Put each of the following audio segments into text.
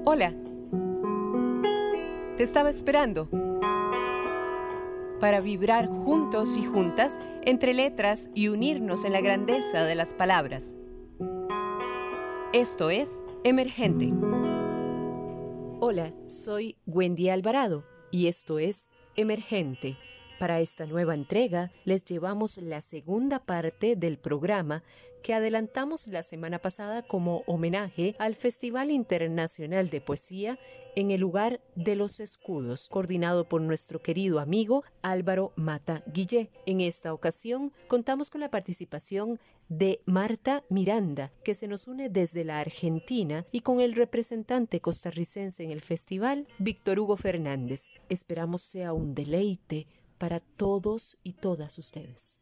Hola, te estaba esperando para vibrar juntos y juntas entre letras y unirnos en la grandeza de las palabras. Esto es Emergente. Hola, soy Wendy Alvarado y esto es Emergente. Para esta nueva entrega les llevamos la segunda parte del programa que adelantamos la semana pasada como homenaje al Festival Internacional de Poesía en el lugar de los Escudos, coordinado por nuestro querido amigo Álvaro Mata Guillé. En esta ocasión contamos con la participación de Marta Miranda, que se nos une desde la Argentina, y con el representante costarricense en el festival, Víctor Hugo Fernández. Esperamos sea un deleite para todos y todas ustedes.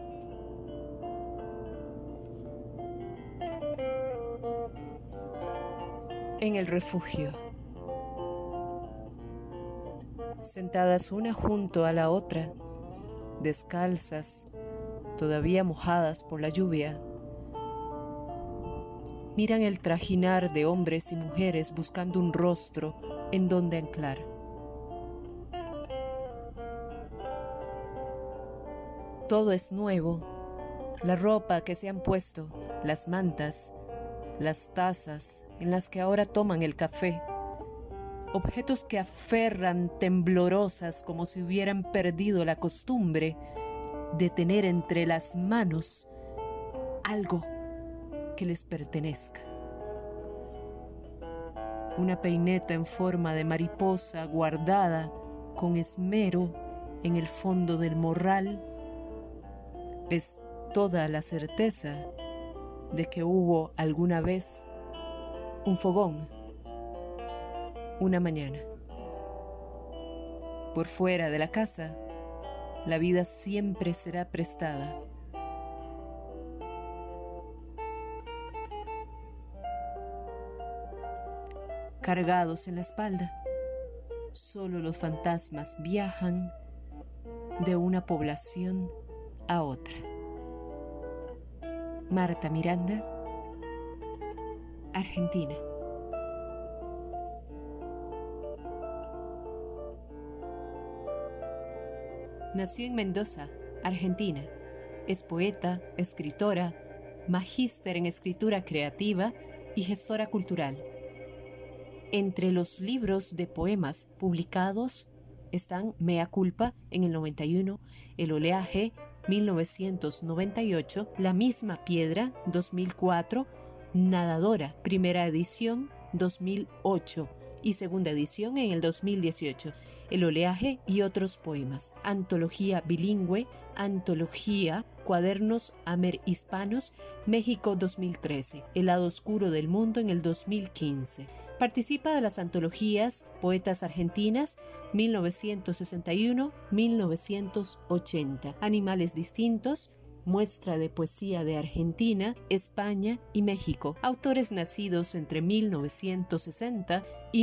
En el refugio, sentadas una junto a la otra, descalzas, todavía mojadas por la lluvia, miran el trajinar de hombres y mujeres buscando un rostro en donde anclar. Todo es nuevo, la ropa que se han puesto, las mantas, las tazas en las que ahora toman el café, objetos que aferran temblorosas como si hubieran perdido la costumbre de tener entre las manos algo que les pertenezca. Una peineta en forma de mariposa guardada con esmero en el fondo del morral es toda la certeza de que hubo alguna vez un fogón, una mañana. Por fuera de la casa, la vida siempre será prestada. Cargados en la espalda, solo los fantasmas viajan de una población a otra. Marta Miranda, Argentina. Nació en Mendoza, Argentina. Es poeta, escritora, magíster en escritura creativa y gestora cultural. Entre los libros de poemas publicados están Mea Culpa en el 91, El Oleaje 1998, La Misma Piedra 2004, Nadadora, primera edición 2008 y segunda edición en el 2018, El Oleaje y otros poemas, Antología Bilingüe, Antología Cuadernos Amerhispanos, México 2013, El Lado Oscuro del Mundo en el 2015. Participa de las antologías Poetas Argentinas 1961-1980, Animales Distintos, Muestra de Poesía de Argentina, España y México. Autores nacidos entre 1960 y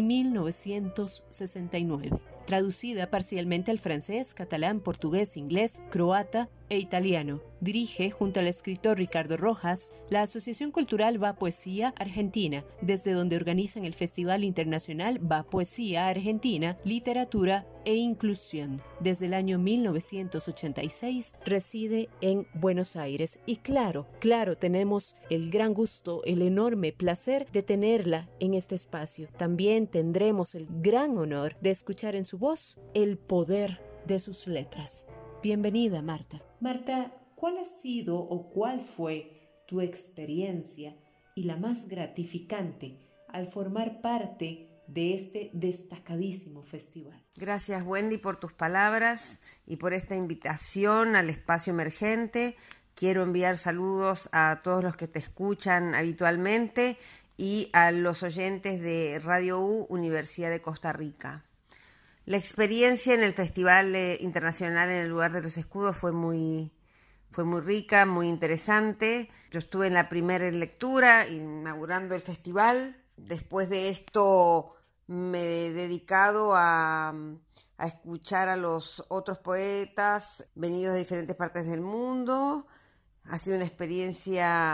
1969. Traducida parcialmente al francés, catalán, portugués, inglés, croata e italiano. Dirige, junto al escritor Ricardo Rojas, la Asociación Cultural Va Poesía Argentina, desde donde organizan el Festival Internacional Va Poesía Argentina, Literatura e Inclusión. Desde el año 1986 reside en Buenos Aires. Y claro, tenemos el gran gusto, el enorme placer de tenerla en este espacio. También tendremos el gran honor de escuchar en su voz el poder de sus letras. Bienvenida, Marta. Marta, ¿cuál ha sido o cuál fue tu experiencia y la más gratificante al formar parte de este destacadísimo festival? Gracias, Wendy, por tus palabras y por esta invitación al espacio emergente. Quiero enviar saludos a todos los que te escuchan habitualmente y a los oyentes de Radio U, Universidad de Costa Rica. La experiencia en el Festival Internacional en el lugar de los Escudos fue muy rica, muy interesante. Yo estuve en la primera lectura, inaugurando el festival. Después de esto me he dedicado a escuchar a los otros poetas venidos de diferentes partes del mundo. Ha sido una experiencia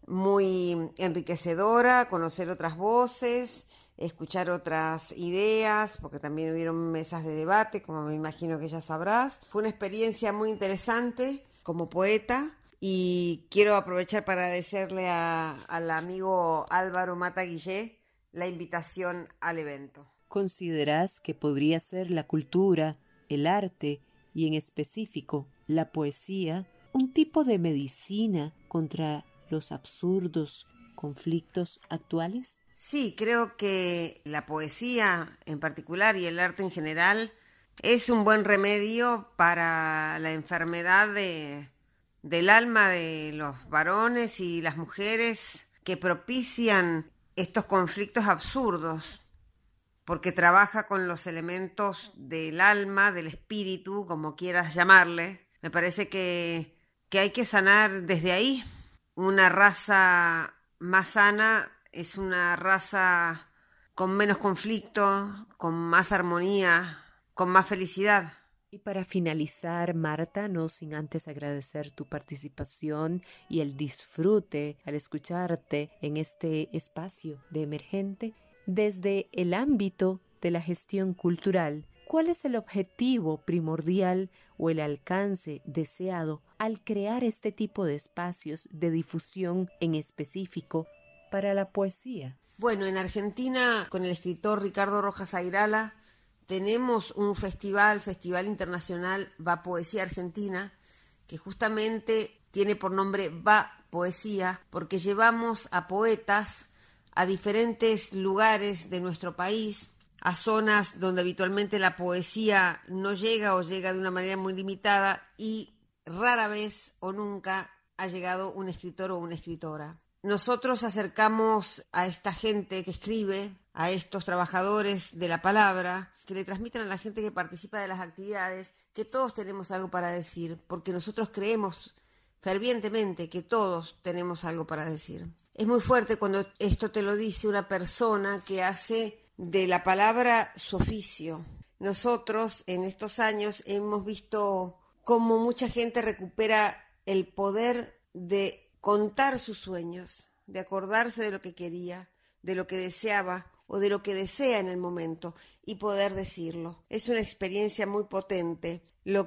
muy enriquecedora, conocer otras voces, escuchar otras ideas, porque también hubieron mesas de debate, como me imagino que ya sabrás. Fue una experiencia muy interesante como poeta y quiero aprovechar para agradecerle al amigo Álvaro Mata Guillé la invitación al evento. ¿Considerás que podría ser la cultura, el arte y en específico la poesía un tipo de medicina contra los absurdos conflictos actuales? Sí, creo que la poesía en particular y el arte en general es un buen remedio para la enfermedad del alma de los varones y las mujeres que propician estos conflictos absurdos, porque trabaja con los elementos del alma, del espíritu, como quieras llamarle. Me parece que hay que sanar desde ahí. Una raza más sana es una raza con menos conflicto, con más armonía, con más felicidad. Y para finalizar, Marta, no sin antes agradecer tu participación y el disfrute al escucharte en este espacio de Emergente, desde el ámbito de la gestión cultural, ¿cuál es el objetivo primordial o el alcance deseado al crear este tipo de espacios de difusión en específico para la poesía? Bueno, en Argentina, con el escritor Ricardo Rojas Airala, tenemos un Festival Internacional Va Poesía Argentina, que justamente tiene por nombre Va Poesía, porque llevamos a poetas a diferentes lugares de nuestro país, a zonas donde habitualmente la poesía no llega o llega de una manera muy limitada y rara vez o nunca ha llegado un escritor o una escritora. Nosotros acercamos a esta gente que escribe, a estos trabajadores de la palabra, que le transmiten a la gente que participa de las actividades que todos tenemos algo para decir, porque nosotros creemos fervientemente que todos tenemos algo para decir. Es muy fuerte cuando esto te lo dice una persona que hace de la palabra su oficio. Nosotros en estos años hemos visto cómo mucha gente recupera el poder de contar sus sueños, de acordarse de lo que quería, de lo que deseaba o de lo que desea en el momento y poder decirlo. Es una experiencia muy potente. Lo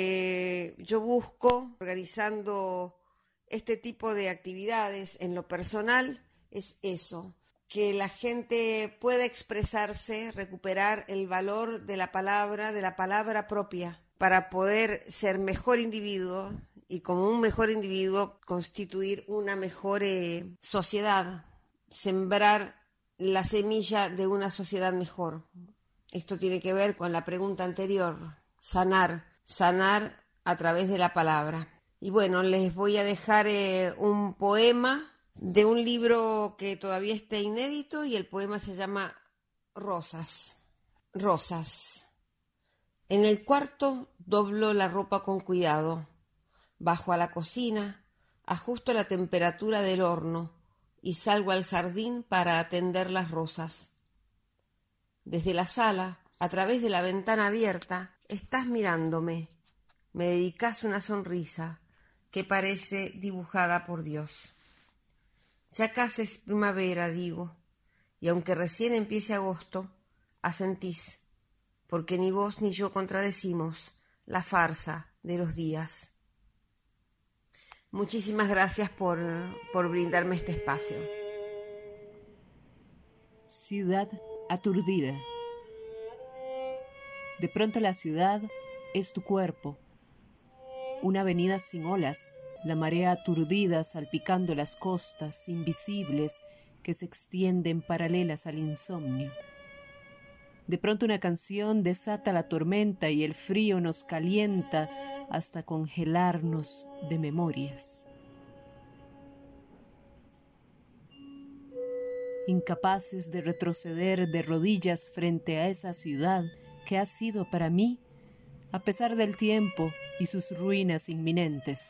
que yo busco organizando este tipo de actividades en lo personal es eso, que la gente pueda expresarse, recuperar el valor de la palabra propia, para poder ser mejor individuo y como un mejor individuo constituir una mejor sociedad, sembrar la semilla de una sociedad mejor. Esto tiene que ver con la pregunta anterior, sanar a través de la palabra. Y bueno, les voy a dejar un poema de un libro que todavía está inédito y el poema se llama Rosas. Rosas. En el cuarto doblo la ropa con cuidado. Bajo a la cocina, ajusto la temperatura del horno y salgo al jardín para atender las rosas. Desde la sala, a través de la ventana abierta, estás mirándome. Me dedicas una sonrisa que parece dibujada por Dios. Ya casi es primavera, digo, y aunque recién empiece agosto, asentís, porque ni vos ni yo contradecimos la farsa de los días. Muchísimas gracias por brindarme este espacio. Ciudad aturdida. De pronto la ciudad es tu cuerpo. Una avenida sin olas, la marea aturdida salpicando las costas invisibles que se extienden paralelas al insomnio. De pronto una canción desata la tormenta y el frío nos calienta hasta congelarnos de memorias. Incapaces de retroceder de rodillas frente a esa ciudad que ha sido para mí, a pesar del tiempo y sus ruinas inminentes.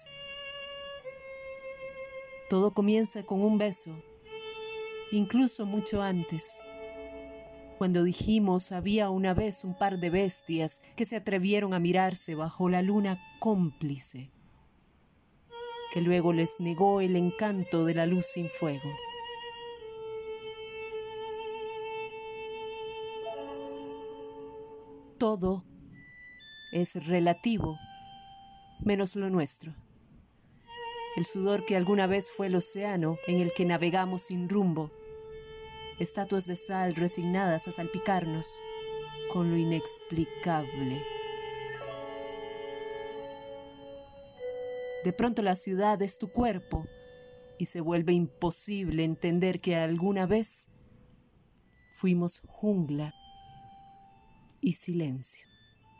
Todo comienza con un beso, incluso mucho antes, cuando dijimos había una vez un par de bestias que se atrevieron a mirarse bajo la luna cómplice. que luego les negó el encanto de la luz sin fuego. Todo es relativo, menos lo nuestro. El sudor que alguna vez fue el océano en el que navegamos sin rumbo. Estatuas de sal resignadas a salpicarnos con lo inexplicable. De pronto la ciudad es tu cuerpo y se vuelve imposible entender que alguna vez fuimos jungla y silencio.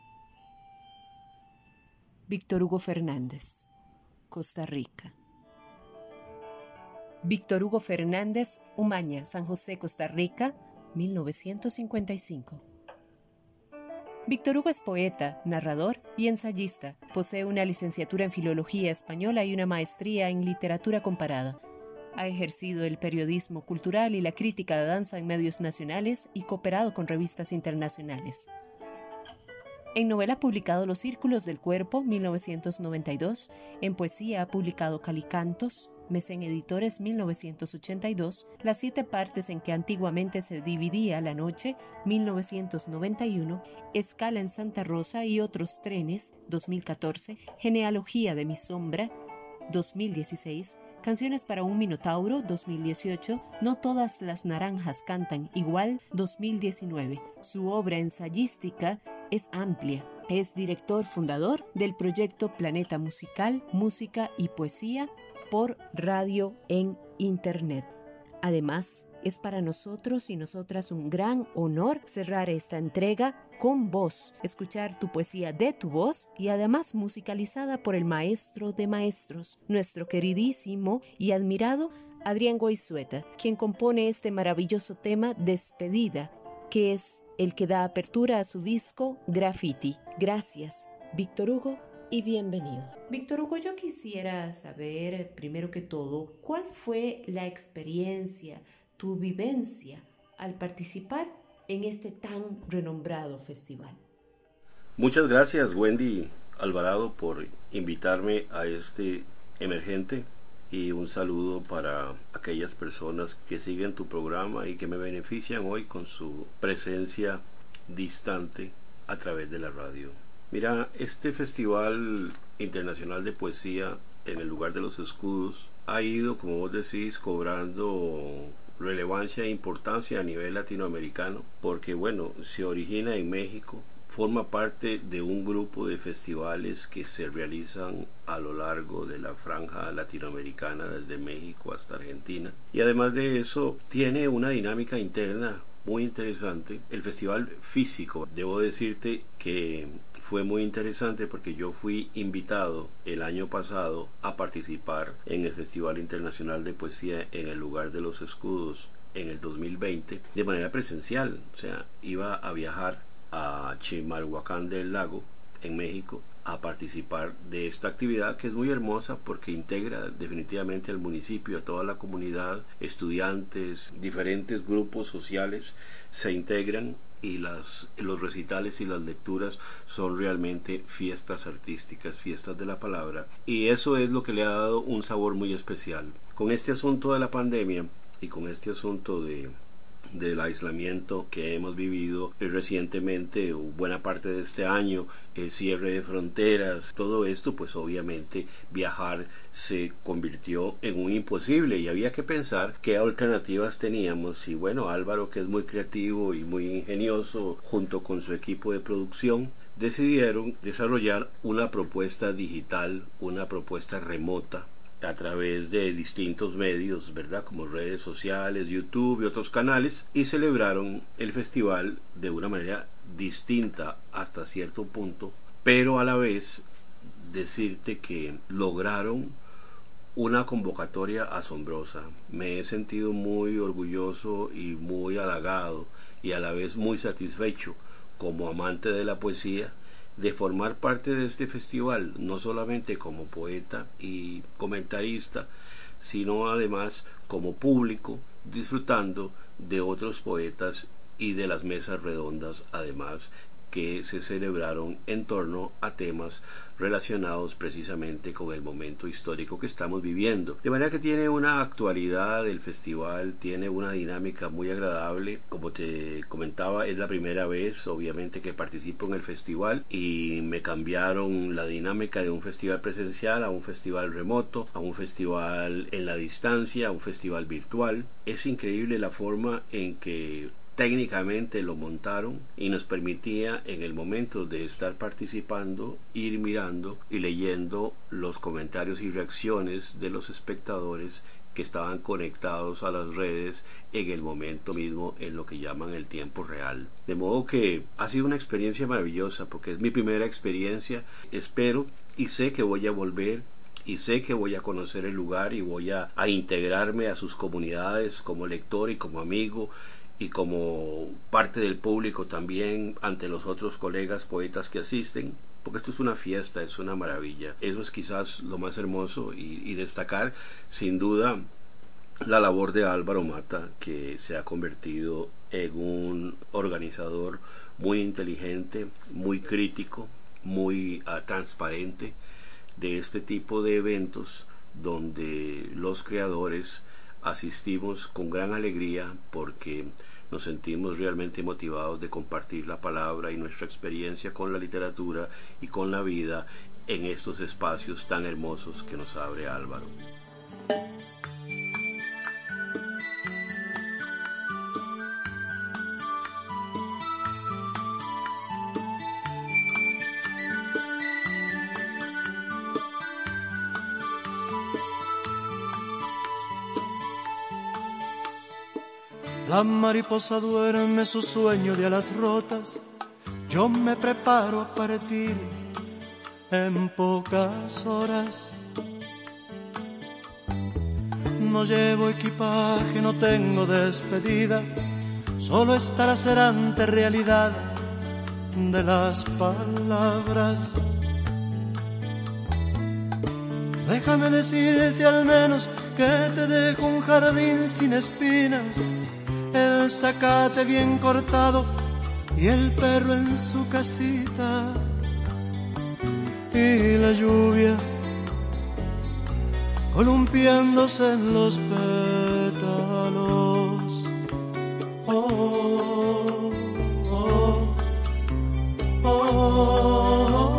Víctor Hugo Fernández, Costa Rica. Víctor Hugo Fernández, Umaña, San José, Costa Rica, 1955. Víctor Hugo es poeta, narrador y ensayista. Posee una licenciatura en Filología Española y una maestría en Literatura Comparada. Ha ejercido el periodismo cultural y la crítica de danza en medios nacionales y cooperado con revistas internacionales. En novela ha publicado Los Círculos del Cuerpo, 1992. En poesía ha publicado Calicantos, Mesen Editores, 1982. Las 7 partes en que antiguamente se dividía la noche, 1991. Escala en Santa Rosa y otros trenes, 2014. Genealogía de mi sombra, 2016. Canciones para un Minotauro, 2018. No todas las naranjas cantan igual, 2019. Su obra ensayística es amplia. Es director fundador del proyecto Planeta Musical, Música y Poesía por radio en Internet. Además, es para nosotros y nosotras un gran honor cerrar esta entrega con voz, escuchar tu poesía de tu voz y además musicalizada por el maestro de maestros, nuestro queridísimo y admirado Adrián Goizueta, quien compone este maravilloso tema Despedida, que es el que da apertura a su disco Graffiti. Gracias, Víctor Hugo, y bienvenido. Víctor Hugo, yo quisiera saber, primero que todo, ¿cuál fue la experiencia, tu vivencia al participar en este tan renombrado festival? Muchas gracias, Wendy Alvarado, por invitarme a este emergente, y un saludo para aquellas personas que siguen tu programa y que me benefician hoy con su presencia distante a través de la radio. Mira, este Festival Internacional de Poesía en el lugar de los escudos ha ido, como vos decís, cobrando relevancia e importancia a nivel latinoamericano, porque bueno, se origina en México, forma parte de un grupo de festivales que se realizan a lo largo de la franja latinoamericana, desde México hasta Argentina, y además de eso tiene una dinámica interna muy interesante. El festival físico, debo decirte que fue muy interesante porque yo fui invitado el año pasado a participar en el Festival Internacional de Poesía en el lugar de los escudos en el 2020 de manera presencial. O sea, iba a viajar a Chimalhuacán del Lago en México a participar de esta actividad, que es muy hermosa porque integra definitivamente al municipio, a toda la comunidad, estudiantes, diferentes grupos sociales se integran, y los recitales y las lecturas son realmente fiestas artísticas, fiestas de la palabra, y eso es lo que le ha dado un sabor muy especial. Con este asunto de la pandemia y con este asunto del aislamiento que hemos vivido recientemente, buena parte de este año, el cierre de fronteras, todo esto, pues obviamente viajar se convirtió en un imposible y había que pensar qué alternativas teníamos. Y bueno, Álvaro, que es muy creativo y muy ingenioso, junto con su equipo de producción, decidieron desarrollar una propuesta digital, una propuesta remota, a través de distintos medios, ¿verdad?, como redes sociales, YouTube y otros canales, y celebraron el festival de una manera distinta hasta cierto punto, pero a la vez decirte que lograron una convocatoria asombrosa. Me he sentido muy orgulloso y muy halagado y a la vez muy satisfecho como amante de la poesía de formar parte de este festival, no solamente como poeta y comentarista, sino además como público, disfrutando de otros poetas y de las mesas redondas, además que se celebraron en torno a temas relacionados precisamente con el momento histórico que estamos viviendo. De manera que tiene una actualidad el festival, tiene una dinámica muy agradable. Como te comentaba, es la primera vez obviamente que participo en el festival y me cambiaron la dinámica de un festival presencial a un festival remoto, a un festival en la distancia, a un festival virtual. Es increíble la forma en que técnicamente lo montaron y nos permitía en el momento de estar participando ir mirando y leyendo los comentarios y reacciones de los espectadores que estaban conectados a las redes en el momento mismo, en lo que llaman el tiempo real. De modo que ha sido una experiencia maravillosa porque es mi primera experiencia. Espero y sé que voy a volver y sé que voy a conocer el lugar y voy a integrarme a sus comunidades como lector y como amigo y como parte del público también ante los otros colegas poetas que asisten, porque esto es una fiesta, es una maravilla. Eso es quizás lo más hermoso y destacar sin duda la labor de Álvaro Mata, que se ha convertido en un organizador muy inteligente, muy crítico, muy transparente de este tipo de eventos donde los creadores asistimos con gran alegría porque nos sentimos realmente motivados de compartir la palabra y nuestra experiencia con la literatura y con la vida en estos espacios tan hermosos que nos abre Álvaro. La mariposa duerme su sueño de alas rotas, yo me preparo a partir en pocas horas. No llevo equipaje, no tengo despedida, solo esta lacerante realidad de las palabras. Déjame decirte al menos que te dejo un jardín sin espinas, el zacate bien cortado y el perro en su casita, y la lluvia columpiándose en los pétalos. Oh, oh, oh, oh, oh, oh.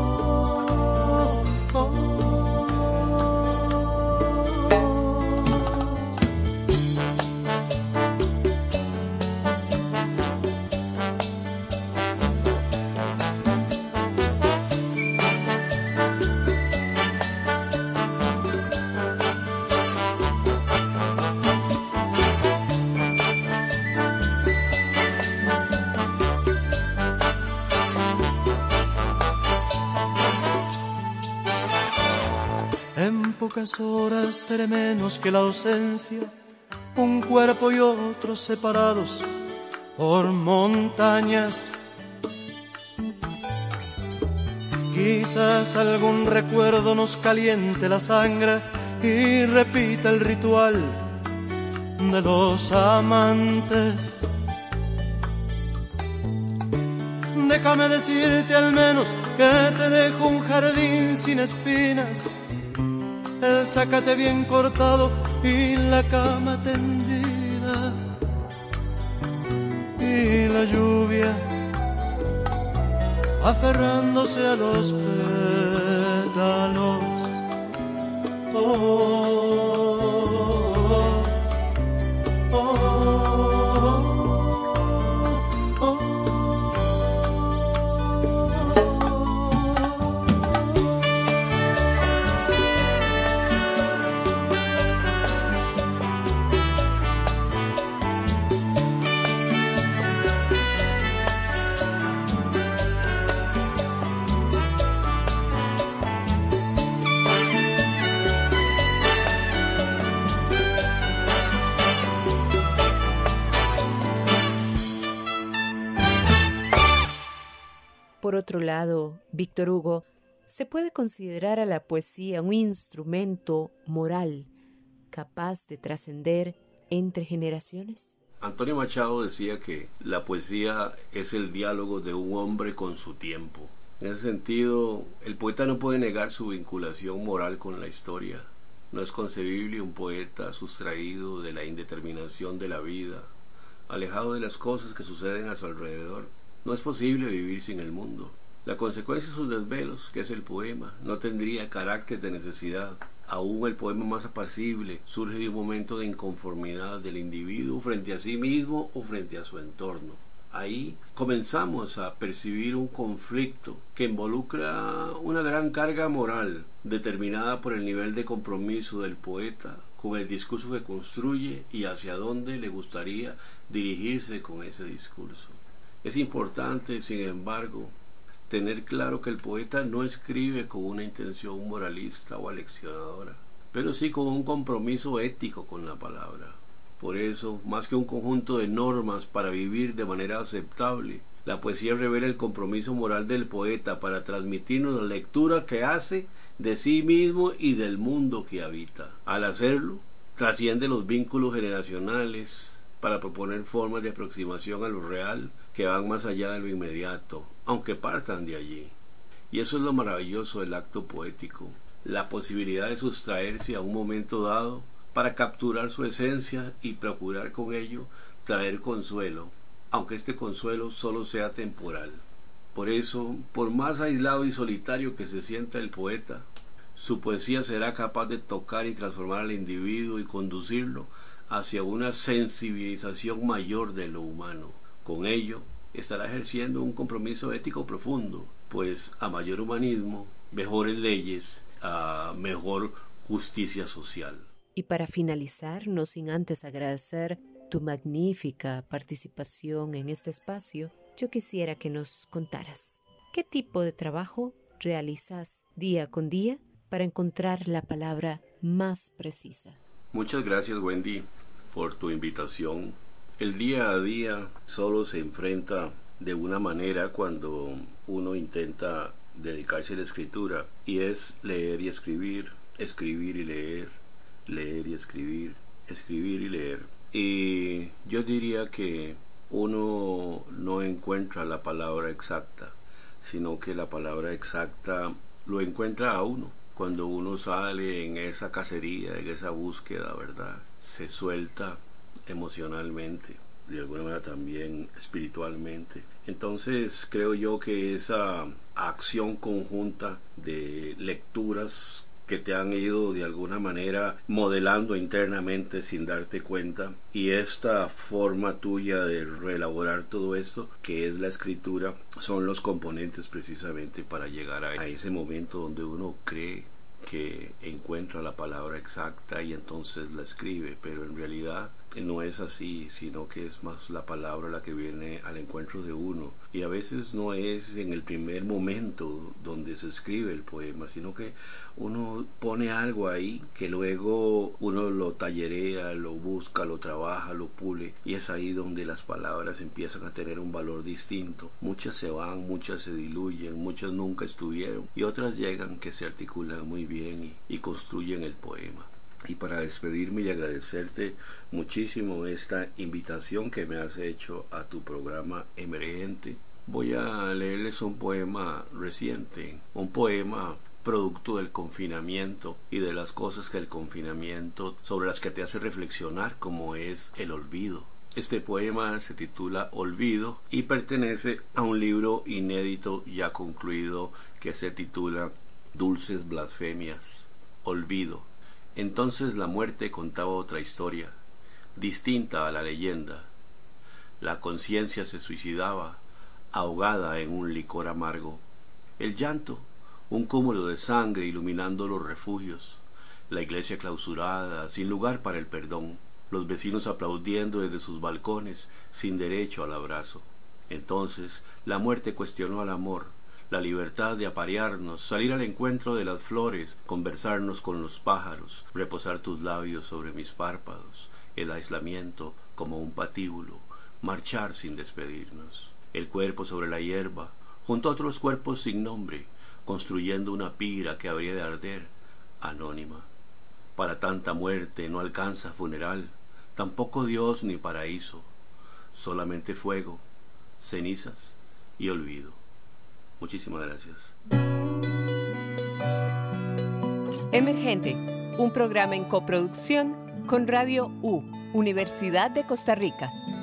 Pocas horas seré menos que la ausencia, un cuerpo y otro separados por montañas. Quizás algún recuerdo nos caliente la sangre y repita el ritual de los amantes. Déjame decirte al menos que te dejo un jardín sin espinas, el zacate bien cortado y la cama tendida, y la lluvia aferrándose a los pétalos. Oh, oh, oh, oh, oh. Por otro lado, Víctor Hugo, ¿se puede considerar a la poesía un instrumento moral capaz de trascender entre generaciones? Antonio Machado decía que la poesía es el diálogo de un hombre con su tiempo. En ese sentido, el poeta no puede negar su vinculación moral con la historia. No es concebible un poeta sustraído de la indeterminación de la vida, alejado de las cosas que suceden a su alrededor. No es posible vivir sin el mundo. La consecuencia de sus desvelos, que es el poema, no tendría carácter de necesidad. Aún el poema más apacible surge de un momento de inconformidad del individuo frente a sí mismo o frente a su entorno. Ahí comenzamos a percibir un conflicto que involucra una gran carga moral determinada por el nivel de compromiso del poeta con el discurso que construye y hacia dónde le gustaría dirigirse con ese discurso. Es importante, sin embargo, tener claro que el poeta no escribe con una intención moralista o aleccionadora, pero sí con un compromiso ético con la palabra. Por eso, más que un conjunto de normas para vivir de manera aceptable, la poesía revela el compromiso moral del poeta para transmitirnos la lectura que hace de sí mismo y del mundo que habita. Al hacerlo, trasciende los vínculos generacionales para proponer formas de aproximación a lo real que van más allá de lo inmediato, aunque partan de allí. Y eso es lo maravilloso del acto poético, la posibilidad de sustraerse a un momento dado para capturar su esencia y procurar con ello traer consuelo, aunque este consuelo solo sea temporal. Por eso, por más aislado y solitario que se sienta el poeta, su poesía será capaz de tocar y transformar al individuo y conducirlo hacia una sensibilización mayor de lo humano. Con ello, estará ejerciendo un compromiso ético profundo, pues a mayor humanismo, mejores leyes, a mejor justicia social. Y para finalizar, no sin antes agradecer tu magnífica participación en este espacio, yo quisiera que nos contaras qué tipo de trabajo realizas día con día para encontrar la palabra más precisa. Muchas gracias, Wendy, por tu invitación. El día a día solo se enfrenta de una manera cuando uno intenta dedicarse a la escritura, y es leer y escribir, escribir y leer y escribir, escribir y leer. Y yo diría que uno no encuentra la palabra exacta, sino que la palabra exacta lo encuentra a uno. Cuando uno sale en esa cacería, en esa búsqueda, ¿verdad? Se suelta emocionalmente, de alguna manera también espiritualmente. Entonces creo yo que esa acción conjunta de lecturas que te han ido de alguna manera modelando internamente sin darte cuenta, y esta forma tuya de reelaborar todo esto, que es la escritura, son los componentes precisamente para llegar a ese momento donde uno cree que encuentra la palabra exacta y entonces la escribe, pero en realidad no es así, sino que es más la palabra la que viene al encuentro de uno, y a veces no es en el primer momento donde se escribe el poema, sino que uno pone algo ahí que luego uno lo tallerea, lo busca, lo trabaja, lo pule, y es ahí donde las palabras empiezan a tener un valor distinto. Muchas se van, muchas se diluyen, muchas nunca estuvieron, y otras llegan que se articulan muy bien y construyen el poema. Y para despedirme y agradecerte muchísimo esta invitación que me has hecho a tu programa emergente, voy a leerles un poema reciente, un poema producto del confinamiento y de las cosas que el confinamiento sobre las que te hace reflexionar, como es el olvido. Este poema se titula Olvido y pertenece a un libro inédito ya concluido que se titula Dulces Blasfemias. Olvido. Entonces la muerte contaba otra historia, distinta a la leyenda. La conciencia se suicidaba, ahogada en un licor amargo. El llanto, un cúmulo de sangre iluminando los refugios. La iglesia clausurada, sin lugar para el perdón. Los vecinos aplaudiendo desde sus balcones, sin derecho al abrazo. Entonces la muerte cuestionó al amor, la libertad de aparearnos, salir al encuentro de las flores, conversarnos con los pájaros, reposar tus labios sobre mis párpados, el aislamiento como un patíbulo, marchar sin despedirnos. El cuerpo sobre la hierba, junto a otros cuerpos sin nombre, construyendo una pira que habría de arder, anónima. Para tanta muerte no alcanza funeral, tampoco Dios ni paraíso. solamente fuego, cenizas y olvido. Muchísimas gracias. Emergente, un programa en coproducción con Radio U, Universidad de Costa Rica.